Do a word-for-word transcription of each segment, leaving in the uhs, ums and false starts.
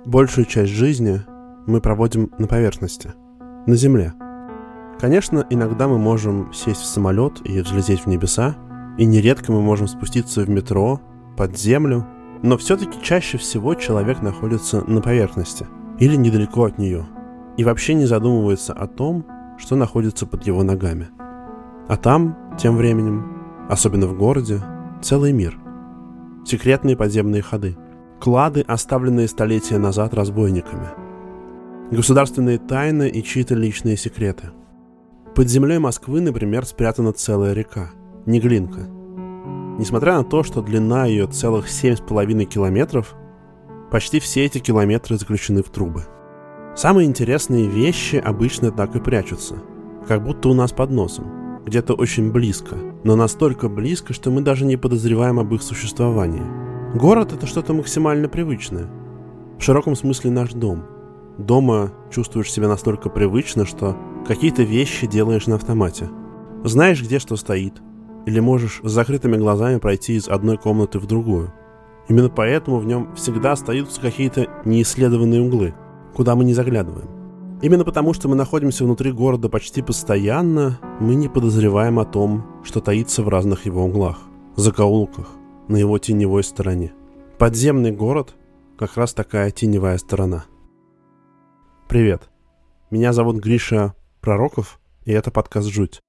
Большую часть жизни мы проводим на поверхности, на Земле. Конечно, иногда мы можем сесть в самолет и взлететь в небеса, и нередко мы можем спуститься в метро, под землю, но все-таки чаще всего человек находится на поверхности или недалеко от нее, и вообще не задумывается о том, что находится под его ногами. А там, тем временем, особенно в городе, целый мир. Секретные подземные ходы, клады, оставленные столетия назад разбойниками, государственные тайны и чьи-то личные секреты. Под землей Москвы, например, спрятана целая река – Неглинка. Несмотря на то, что длина ее целых семь с половиной километров, почти все эти километры заключены в трубы. Самые интересные вещи обычно так и прячутся, как будто у нас под носом, где-то очень близко, но настолько близко, что мы даже не подозреваем об их существовании. Город – это что-то максимально привычное. В широком смысле наш дом. Дома чувствуешь себя настолько привычно, что какие-то вещи делаешь на автомате. Знаешь, где что стоит, или можешь с закрытыми глазами пройти из одной комнаты в другую. Именно поэтому в нем всегда остаются какие-то неисследованные углы, куда мы не заглядываем. Именно потому, что мы находимся внутри города почти постоянно, мы не подозреваем о том, что таится в разных его углах, закоулках, на его теневой стороне. Подземный город – как раз такая теневая сторона. Привет, меня зовут Гриша Пророков, и это подкаст «Жуть».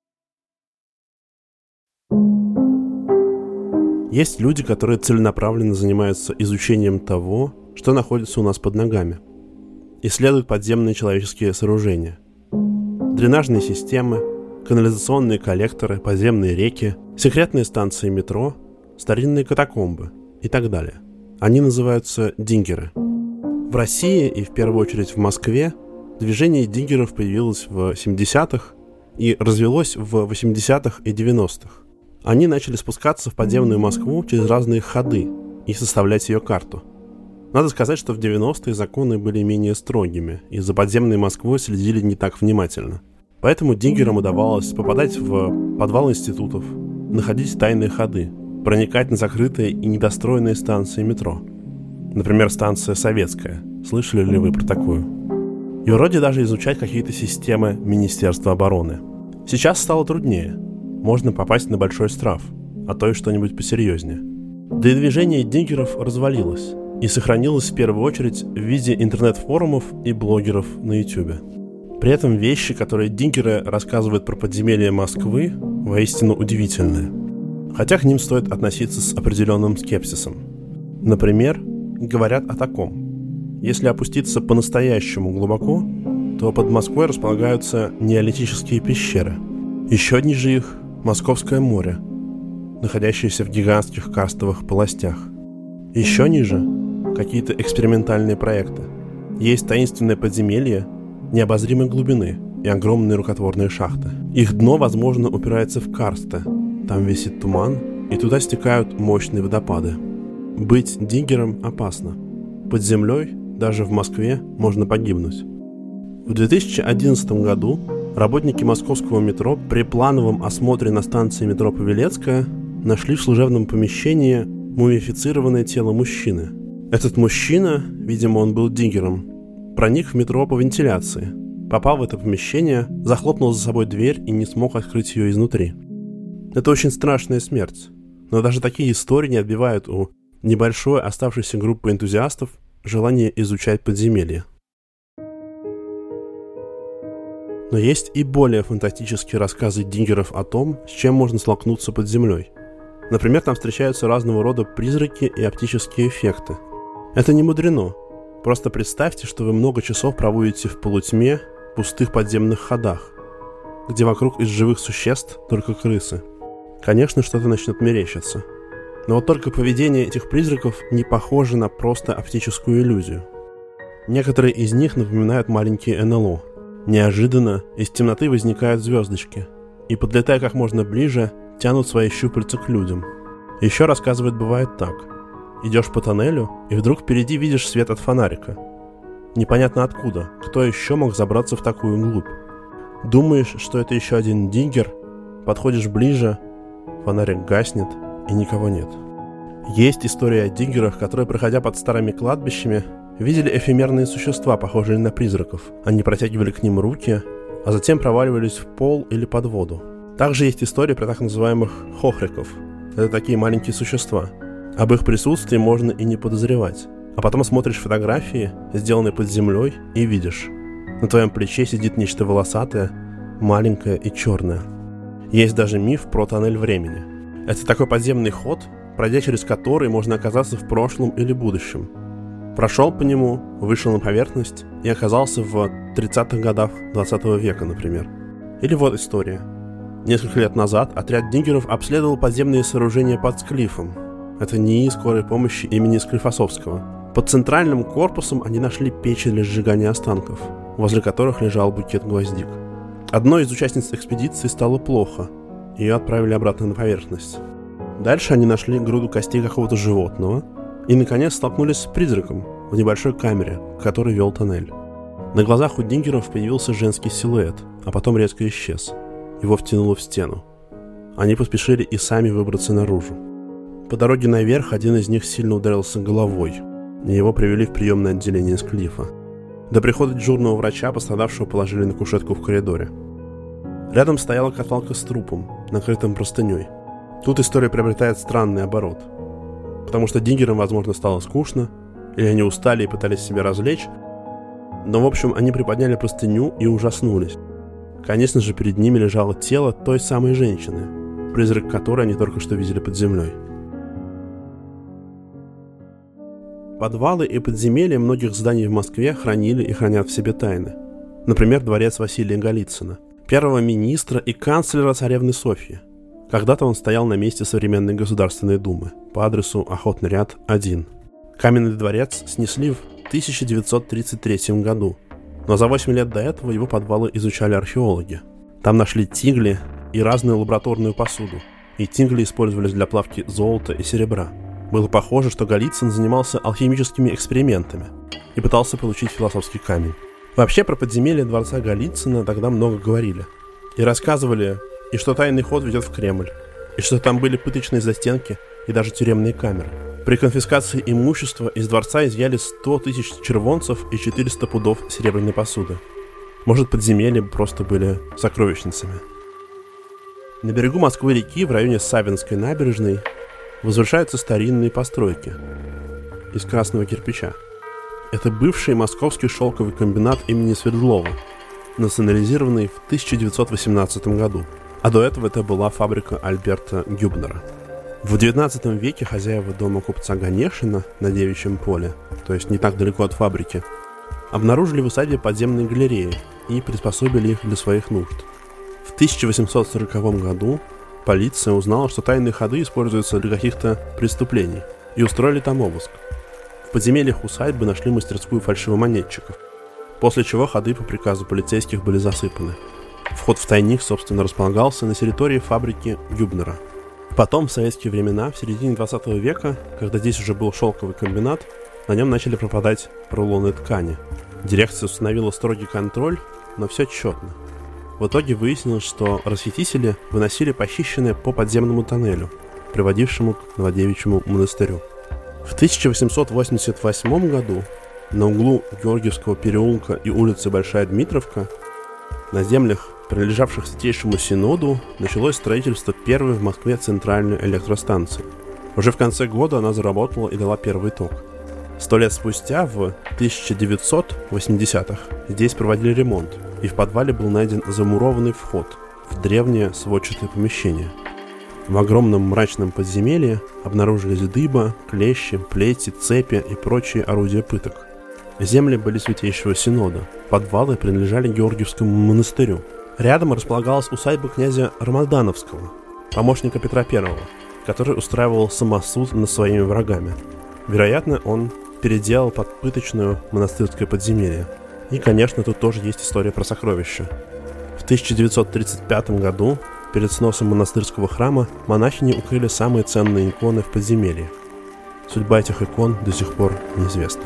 Есть люди, которые целенаправленно занимаются изучением того, что находится у нас под ногами. Исследуют подземные человеческие сооружения. Дренажные системы, канализационные коллекторы, подземные реки, секретные станции метро, старинные катакомбы и так далее. Они называются дингеры. В России и в первую очередь в Москве движение дингеров появилось в семидесятых и развелось в восьмидесятых и девяностых. Они начали спускаться в подземную Москву через разные ходы и составлять ее карту. Надо сказать, что в девяностые законы были менее строгими, и за подземной Москвой следили не так внимательно. Поэтому дингерам удавалось попадать в подвал институтов, находить тайные ходы, проникать на закрытые и недостроенные станции метро. Например, станция Советская. Слышали ли вы про такую? И вроде даже изучать какие-то системы Министерства обороны. Сейчас стало труднее. Можно попасть на большой штраф, а то и что-нибудь посерьезнее. Да и движение дингеров развалилось и сохранилось в первую очередь в виде интернет-форумов и блогеров на YouTube. При этом вещи, которые дингеры рассказывают про подземелья Москвы, воистину удивительные. Хотя к ним стоит относиться с определенным скепсисом. Например, говорят о таком. Если опуститься по-настоящему глубоко, то под Москвой располагаются неолитические пещеры. Еще ниже их – Московское море, находящееся в гигантских карстовых полостях. Еще ниже – какие-то экспериментальные проекты. Есть таинственное подземелье необозримой глубины и огромные рукотворные шахты. Их дно, возможно, упирается в карсты. Там висит туман, и туда стекают мощные водопады. Быть дингером опасно. Под землей, даже в Москве, можно погибнуть. В две тысячи одиннадцатом году работники московского метро при плановом осмотре на станции метро Павелецкая нашли в служебном помещении мумифицированное тело мужчины. Этот мужчина, видимо, он был дингером, проник в метро по вентиляции, попал в это помещение, захлопнул за собой дверь и не смог открыть ее изнутри. Это очень страшная смерть, но даже такие истории не отбивают у небольшой оставшейся группы энтузиастов желание изучать подземелья. Но есть и более фантастические рассказы дингеров о том, с чем можно столкнуться под землей. Например, там встречаются разного рода призраки и оптические эффекты. Это не мудрено. Просто представьте, что вы много часов проводите в полутьме, пустых подземных ходах, где вокруг из живых существ только крысы. Конечно, что-то начнет мерещиться. Но вот только поведение этих призраков не похоже на просто оптическую иллюзию. Некоторые из них напоминают маленькие эн эл о. Неожиданно из темноты возникают звездочки и, подлетая как можно ближе, тянут свои щупальца к людям. Еще, рассказывает, бывает так. Идешь по тоннелю, и вдруг впереди видишь свет от фонарика. Непонятно откуда, кто еще мог забраться в такую глубь. Думаешь, что это еще один дингер, подходишь ближе, фонарик гаснет, и никого нет. Есть история о дингерах, которые, проходя под старыми кладбищами, видели эфемерные существа, похожие на призраков. Они протягивали к ним руки, а затем проваливались в пол или под воду. Также есть история про так называемых хохриков. Это такие маленькие существа. Об их присутствии можно и не подозревать. А потом смотришь фотографии, сделанные под землей, и видишь. На твоем плече сидит нечто волосатое, маленькое и черное. Есть даже миф про тоннель времени. Это такой подземный ход, пройдя через который можно оказаться в прошлом или будущем. Прошел по нему, вышел на поверхность и оказался в тридцатых годах двадцатого века, например. Или вот история. Несколько лет назад отряд диггеров обследовал подземные сооружения под Склифом. Это НИИ скорой помощи имени Склифосовского. Под центральным корпусом они нашли печи для сжигания останков, возле которых лежал букет гвоздик. Одной из участниц экспедиции стало плохо. Ее отправили обратно на поверхность. Дальше они нашли груду костей какого-то животного и, наконец, столкнулись с призраком в небольшой камере, который вел тоннель. На глазах у диггеров появился женский силуэт, а потом резко исчез. Его втянуло в стену. Они поспешили и сами выбраться наружу. По дороге наверх один из них сильно ударился головой, и его привели в приемное отделение Склифа. До прихода дежурного врача пострадавшего положили на кушетку в коридоре. Рядом стояла каталка с трупом, накрытым простыней. Тут история приобретает странный оборот. Потому что диггерам, возможно, стало скучно, или они устали и пытались себя развлечь, но, в общем, они приподняли простыню и ужаснулись. Конечно же, перед ними лежало тело той самой женщины, призрак которой они только что видели под землей. Подвалы и подземелья многих зданий в Москве хранили и хранят в себе тайны. Например, дворец Василия Голицына, первого министра и канцлера царевны Софьи. Когда-то он стоял на месте современной Государственной Думы по адресу Охотный ряд один. Каменный дворец снесли в тысяча девятьсот тридцать третьем году, но за восемь лет до этого его подвалы изучали археологи. Там нашли тигли и разную лабораторную посуду, и тигли использовались для плавки золота и серебра. Было похоже, что Голицын занимался алхимическими экспериментами и пытался получить философский камень. Вообще про подземелье дворца Голицына тогда много говорили. И рассказывали, и что тайный ход ведет в Кремль, и что там были пыточные застенки и даже тюремные камеры. При конфискации имущества из дворца изъяли сто тысяч червонцев и четыреста пудов серебряной посуды. Может, подземелья просто были сокровищницами. На берегу Москвы-реки, в районе Савинской набережной, возвышаются старинные постройки из красного кирпича. Это бывший московский шелковый комбинат имени Свердлова, национализированный в тысяча девятьсот восемнадцатом году. А до этого это была фабрика Альберта Гюбнера. В девятнадцатом веке хозяева дома купца Ганешина на Девичьем поле, то есть не так далеко от фабрики, обнаружили в усадьбе подземные галереи и приспособили их для своих нужд. В тысяча восемьсот сороковом году полиция узнала, что тайные ходы используются для каких-то преступлений, и устроили там обыск. В подземельях усадьбы нашли мастерскую фальшивомонетчиков, после чего ходы по приказу полицейских были засыпаны. Вход в тайник, собственно, располагался на территории фабрики Гюбнера. Потом, в советские времена, в середине двадцатого века, когда здесь уже был шелковый комбинат, на нем начали пропадать рулоны ткани. Дирекция установила строгий контроль, но все тщетно. В итоге выяснилось, что расхитители выносили похищенное по подземному тоннелю, приводившему к Новодевичьему монастырю. В тысяча восемьсот восемьдесят восьмом году на углу Георгиевского переулка и улицы Большая Дмитровка на землях, принадлежавших Святейшему Синоду, началось строительство первой в Москве центральной электростанции. Уже в конце года она заработала и дала первый ток. Сто лет спустя, в тысяча девятьсот восьмидесятых, здесь проводили ремонт, и в подвале был найден замурованный вход в древнее сводчатое помещение. В огромном мрачном подземелье обнаружились дыба, клещи, плети, цепи и прочие орудия пыток. Земли были Святейшего Синода, подвалы принадлежали Георгиевскому монастырю. Рядом располагалась усадьба князя Рамадановского, помощника Петра Первого, который устраивал самосуд над своими врагами. Вероятно, он переделал под пыточную монастырское подземелье. И, конечно, тут тоже есть история про сокровища. В тысяча девятьсот тридцать пятом году, перед сносом монастырского храма, монахини укрыли самые ценные иконы в подземелье. Судьба этих икон до сих пор неизвестна.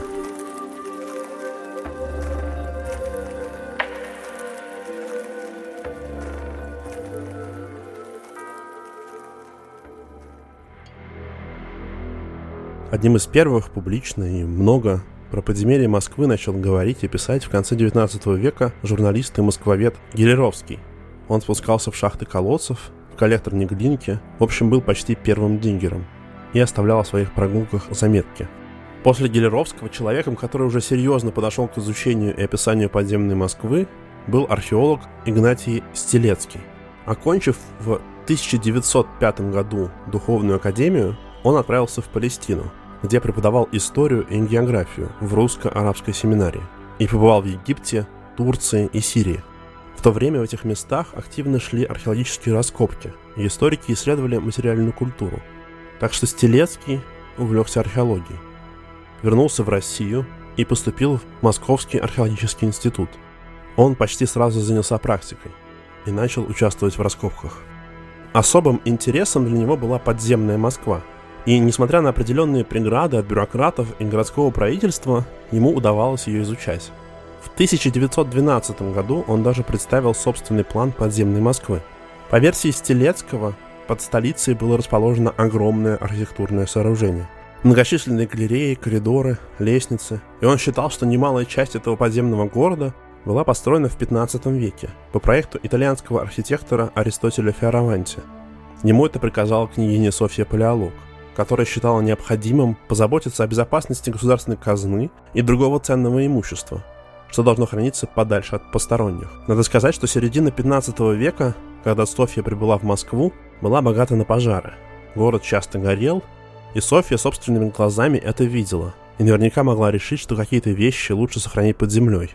Одним из первых публично и много про подземелье Москвы начал говорить и писать в конце девятнадцатого века журналист и москвовед Гелеровский. Он спускался в шахты колодцев, в коллекторные глинки, в общем, был почти первым дингером и оставлял о своих прогулках заметки. После Гелеровского человеком, который уже серьезно подошел к изучению и описанию подземной Москвы, был археолог Игнатий Стелецкий. Окончив в тысяча девятьсот пятом году духовную академию, он отправился в Палестину, где преподавал историю и географию в русско-арабской семинарии и побывал в Египте, Турции и Сирии. В то время в этих местах активно шли археологические раскопки, и историки исследовали материальную культуру. Так что Стелецкий увлекся археологией, вернулся в Россию и поступил в Московский археологический институт. Он почти сразу занялся практикой и начал участвовать в раскопках. Особым интересом для него была подземная Москва. И, несмотря на определенные преграды от бюрократов и городского правительства, ему удавалось ее изучать. В тысяча девятьсот двенадцатом году он даже представил собственный план подземной Москвы. По версии Стелецкого, под столицей было расположено огромное архитектурное сооружение. Многочисленные галереи, коридоры, лестницы. И он считал, что немалая часть этого подземного города была построена в пятнадцатом веке по проекту итальянского архитектора Аристотеля Фиораванти. Ему это приказала княгиня Софья Палеолог, которая считала необходимым позаботиться о безопасности государственной казны и другого ценного имущества, что должно храниться подальше от посторонних. Надо сказать, что середина пятнадцатого века, когда Софья прибыла в Москву, была богата на пожары. Город часто горел, и Софья собственными глазами это видела, и наверняка могла решить, что какие-то вещи лучше сохранить под землей.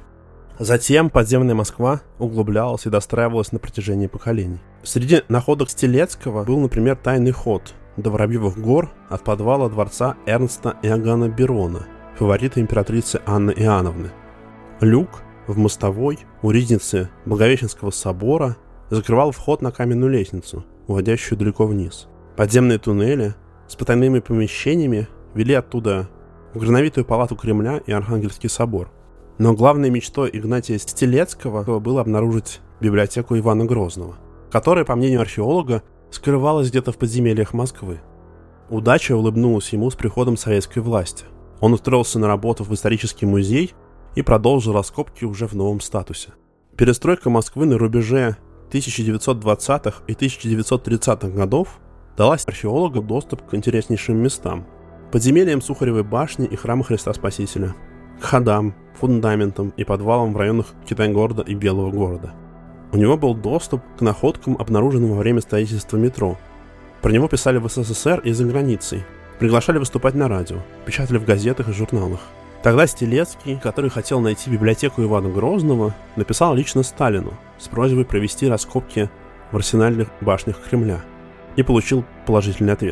Затем подземная Москва углублялась и достраивалась на протяжении поколений. Среди находок Стелецкого был, например, тайный ход до Воробьевых гор от подвала дворца Эрнста Иоганна Берона, фаворита императрицы Анны Иоанновны. Люк в мостовой у ризницы Благовещенского собора закрывал вход на каменную лестницу, уводящую далеко вниз. Подземные туннели с потайными помещениями вели оттуда в Грановитую палату Кремля и Архангельский собор. Но главной мечтой Игнатия Стелецкого было обнаружить библиотеку Ивана Грозного, которая, по мнению археолога, скрывалась где-то в подземельях Москвы. Удача улыбнулась ему с приходом советской власти. Он устроился на работу в исторический музей и продолжил раскопки уже в новом статусе. Перестройка Москвы на рубеже тысяча девятьсот двадцатых и тысяча девятьсот тридцатых годов дала археологам доступ к интереснейшим местам: подземельям Сухаревой башни и храма Христа Спасителя, к ходам, фундаментам и подвалам в районах Китай-города и Белого города. У него был доступ к находкам, обнаруженным во время строительства метро. Про него писали в СССР и за границей, приглашали выступать на радио, печатали в газетах и журналах. Тогда Стелецкий, который хотел найти библиотеку Ивана Грозного, написал лично Сталину с просьбой провести раскопки в арсенальных башнях Кремля и получил положительный ответ.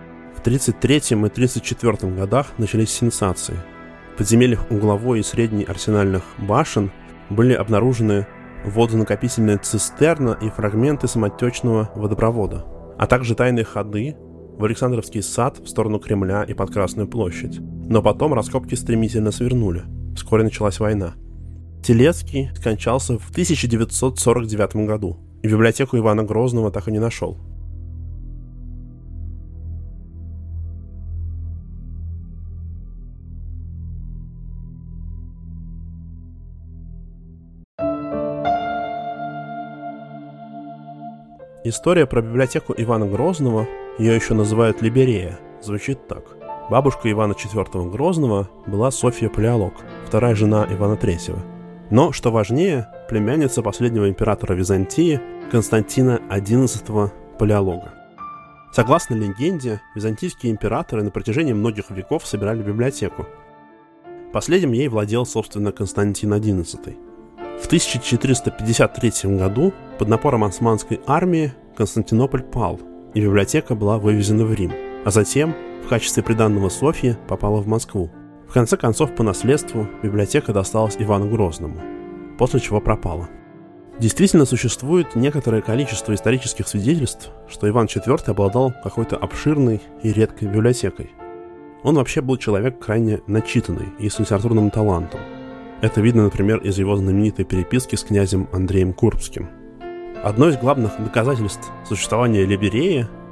В тридцать третьем и тридцать четвёртом годах начались сенсации. В подземельях угловой и средней арсенальных башен были обнаружены водонакопительная цистерна и фрагменты самотечного водопровода, а также тайные ходы в Александровский сад в сторону Кремля и под Красную площадь. Но потом раскопки стремительно свернули. Вскоре началась война. Стелецкий скончался в тысяча девятьсот сорок девятом году, и библиотеку Ивана Грозного так и не нашел. История про библиотеку Ивана Грозного, ее еще называют Либерея, звучит так. Бабушка Ивана четвёртого Грозного была Софья Палеолог, вторая жена Ивана третьего. Но, что важнее, племянница последнего императора Византии Константина одиннадцатого Палеолога. Согласно легенде, византийские императоры на протяжении многих веков собирали библиотеку. Последним ей владел, собственно, Константин одиннадцатый. В тысяча четыреста пятьдесят третьем году под напором османской армии Константинополь пал, и библиотека была вывезена в Рим, а затем в качестве приданного Софьи попала в Москву. В конце концов, по наследству библиотека досталась Ивану Грозному, после чего пропала. Действительно, существует некоторое количество исторических свидетельств, что Иван четвёртый обладал какой-то обширной и редкой библиотекой. Он вообще был человек крайне начитанный и с литературным талантом. Это видно, например, из его знаменитой переписки с князем Андреем Курбским. Одно из главных доказательств существования Либереи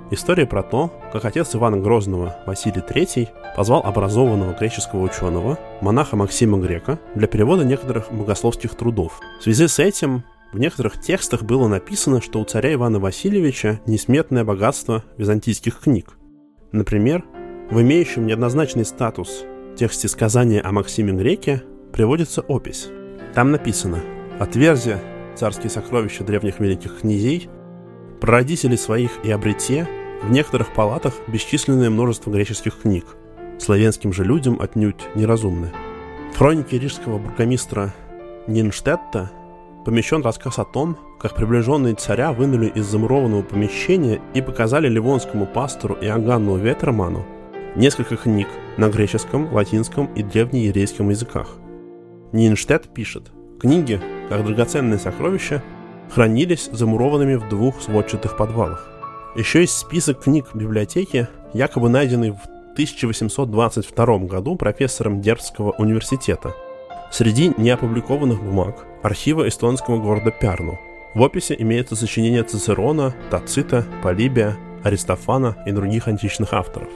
История про то, как отец Ивана Грозного, Василий третий, позвал образованного греческого ученого, монаха Максима Грека, для перевода некоторых богословских трудов. В связи с этим в некоторых текстах было написано, что у царя Ивана Васильевича несметное богатство византийских книг. Например, в имеющем неоднозначный статус тексте сказания о Максиме Греке приводится опись. Там написано: «Отверзи царские сокровища древних великих князей, прародителей своих и обрете в некоторых палатах бесчисленное множество греческих книг, славянским же людям отнюдь неразумны». В хронике рижского бургомистра Нинштетта помещен рассказ о том, как приближенные царя вынули из замурованного помещения и показали ливонскому пастору Иоганну Ветерману несколько книг на греческом, латинском и древнееврейском языках. Нинштетт пишет: «Книги, как драгоценные сокровища, хранились замурованными в двух сводчатых подвалах. Еще есть список книг в библиотеке, якобы найденный в тысяча восемьсот двадцать втором году профессором Дербского университета. Среди неопубликованных бумаг архива эстонского города Пярну. В описи имеется сочинение Цицерона, Тацита, Полибия, Аристофана и других античных авторов».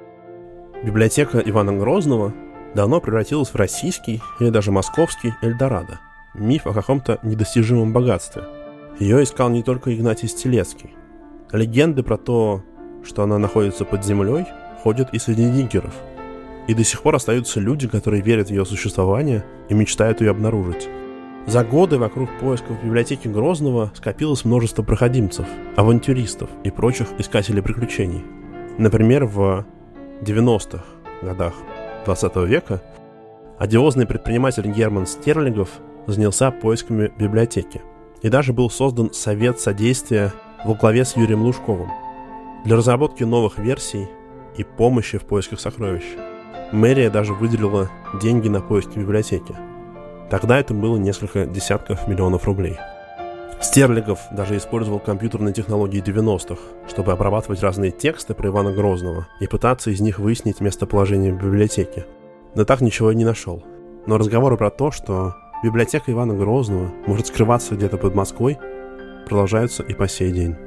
Библиотека Ивана Грозного давно превратилась в российский или даже московский Эльдорадо, миф о каком-то недостижимом богатстве. Ее искал не только Игнатий Стелецкий. Легенды про то, что она находится под землей, ходят и среди диггеров. И до сих пор остаются люди, которые верят в ее существование и мечтают ее обнаружить. За годы вокруг поисков библиотеки Грозного скопилось множество проходимцев, авантюристов и прочих искателей приключений. Например, в девяностых годах двадцатого века одиозный предприниматель Герман Стерлигов занялся поисками библиотеки. И даже был создан Совет содействия во главе с Юрием Лужковым для разработки новых версий и помощи в поисках сокровищ. Мэрия даже выделила деньги на поиски библиотеки. Тогда это было несколько десятков миллионов рублей. Стерлигов даже использовал компьютерные технологии девяностых, чтобы обрабатывать разные тексты про Ивана Грозного и пытаться из них выяснить местоположение библиотеки. Но так ничего и не нашел. Но разговоры про то, что библиотека Ивана Грозного может скрываться где-то под Москвой, продолжаются и по сей день.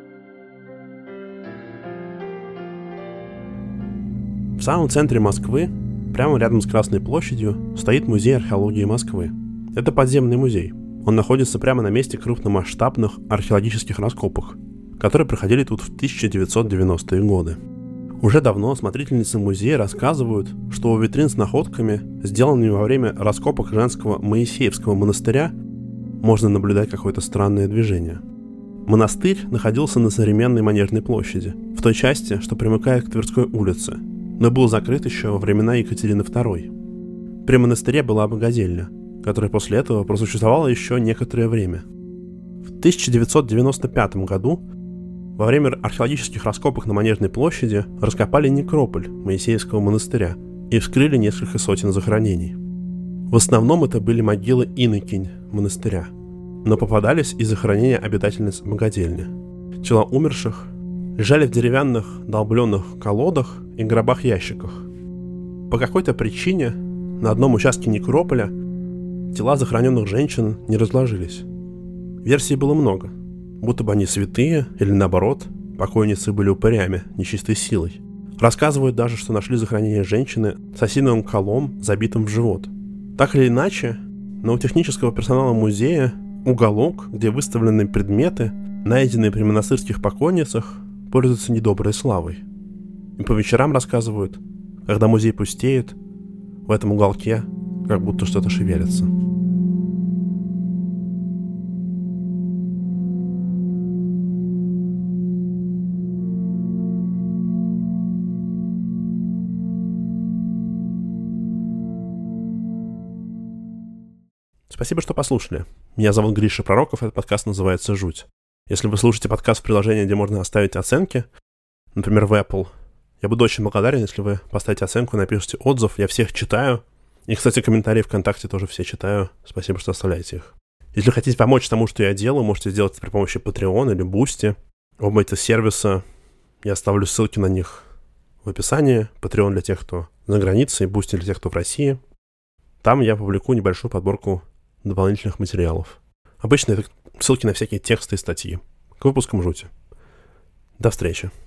В самом центре Москвы, прямо рядом с Красной площадью, стоит музей археологии Москвы. Это подземный музей. Он находится прямо на месте крупномасштабных археологических раскопок, которые проходили тут в тысяча девятьсот девяностые годы. Уже давно смотрительницы музея рассказывают, что у витрин с находками, сделанными во время раскопок женского Моисеевского монастыря, можно наблюдать какое-то странное движение. Монастырь находился на современной Манежной площади, в той части, что примыкает к Тверской улице, но был закрыт еще во времена Екатерины второй. При монастыре была богадельня, которая после этого просуществовала еще некоторое время. В тысяча девятьсот девяносто пятом году во время археологических раскопок на Манежной площади раскопали некрополь Моисеевского монастыря и вскрыли несколько сотен захоронений. В основном это были могилы инокинь монастыря, но попадались и захоронения обитательниц богадельни. Тела умерших лежали в деревянных долбленных колодах и гробах-ящиках. По какой-то причине на одном участке некрополя тела захороненных женщин не разложились. Версий было много, будто бы они святые или наоборот, покойницы были упырями, нечистой силой. Рассказывают даже, что нашли захоронение женщины с осиновым колом, забитым в живот. Так или иначе, но у технического персонала музея уголок, где выставлены предметы, найденные при монастырских покойницах, пользуются недоброй славой. И по вечерам рассказывают, когда музей пустеет, в этом уголке как будто что-то шевелится. Спасибо, что послушали. Меня зовут Гриша Пророков, этот подкаст называется «Жуть». Если вы слушаете подкаст в приложении, где можно оставить оценки, например, в Apple, я буду очень благодарен, если вы поставите оценку, напишите отзыв, я всех читаю. И, кстати, комментарии ВКонтакте тоже все читаю. Спасибо, что оставляете их. Если хотите помочь тому, что я делаю, можете сделать это при помощи Patreon или Boosty. Оба эти сервиса, я оставлю ссылки на них в описании. Patreon для тех, кто за границей, Boosty для тех, кто в России. Там я публикую небольшую подборку дополнительных материалов. Обычно это ссылки на всякие тексты и статьи. К выпускам «Жути». До встречи.